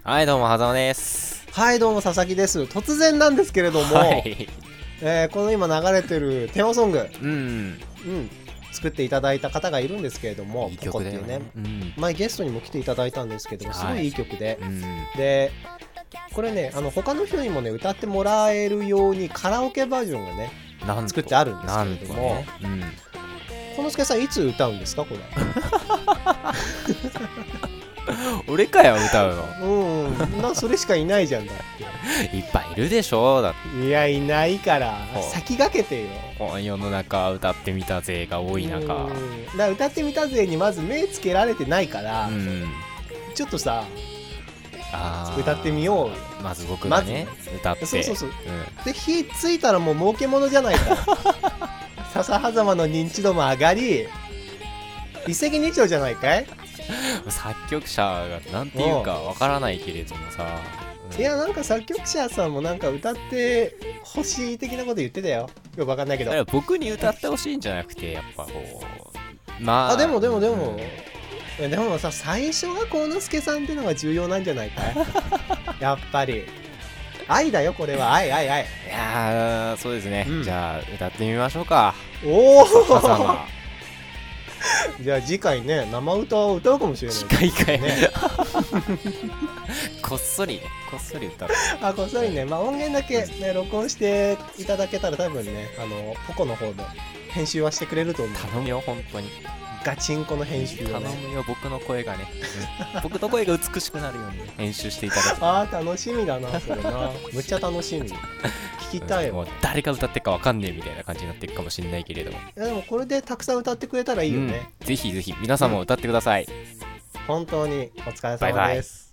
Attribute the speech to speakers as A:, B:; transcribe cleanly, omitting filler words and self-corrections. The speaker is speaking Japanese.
A: はい、どうも、はざまです。
B: はい、どうも佐々木です。突然なんですけれども、
A: はい。
B: この今流れてるテーマソング、
A: うん。
B: 作っていただいた方がいるんですけれども、
A: いい曲だよね。
B: ポコっていう
A: うん。
B: 前ゲストにも来ていただいたんですけども、すごいいい曲で、
A: うん。
B: で、これね、他の人にもね、歌ってもらえるようにカラオケバージョンがね、
A: なんと
B: 作ってあるんですけれども、
A: ね。
B: このすけさんいつ歌うんですか、これ。
A: 俺かよ、歌うの。
B: それしかいないじゃんだっ
A: いっぱいいるでしょ。だって
B: て。いや、いないから、
A: ほう
B: 先駆けてよ。
A: この世の中、歌ってみた勢が多い中。
B: だから歌ってみたぜにまず目つけられてないから、ちょっとさ、歌ってみようよ。
A: まず僕がね、歌って。
B: そう、で火ついたらもう儲けものじゃないか。笹狭間の認知度も上がり、一石二鳥じゃないかい。
A: 作曲者がなんていうかわからないけれどもさ、
B: いや、なんか作曲者さんもなんか歌ってほしい的なこと言ってたよ。よくわかんないけど。
A: 僕に歌ってほしいんじゃなくて、やっぱこう、まあ
B: でもさ、最初が幸之助さんってのが重要なんじゃないかい。やっぱり愛だよ、これは。愛。
A: いやー、そうですね、じゃあ歌ってみましょうか。
B: おお
A: じ
B: ゃあ次回ね、生歌を歌うかもしれない。
A: 次回ねこっそり歌う。
B: こっそりね、音源だけね、録音していただけたら多分ね、ポコの方で編集はしてくれると思う。
A: 頼むよ、本当に。
B: ガチンコの編集を、ね、
A: 頼むよ、僕の声がね、僕の声が美しくなるように編集していただく。
B: 楽しみだな、それな。むっちゃ楽しみ。聞きたいよ。
A: もう誰が歌ってるかわかんねえみたいな感じになってるかもしれないけれども。
B: いや、でもこれでたくさん歌ってくれたらいいよね。
A: ぜひぜひ皆さんも歌ってください。
B: 本当にお疲れ様です。
A: バイバイ。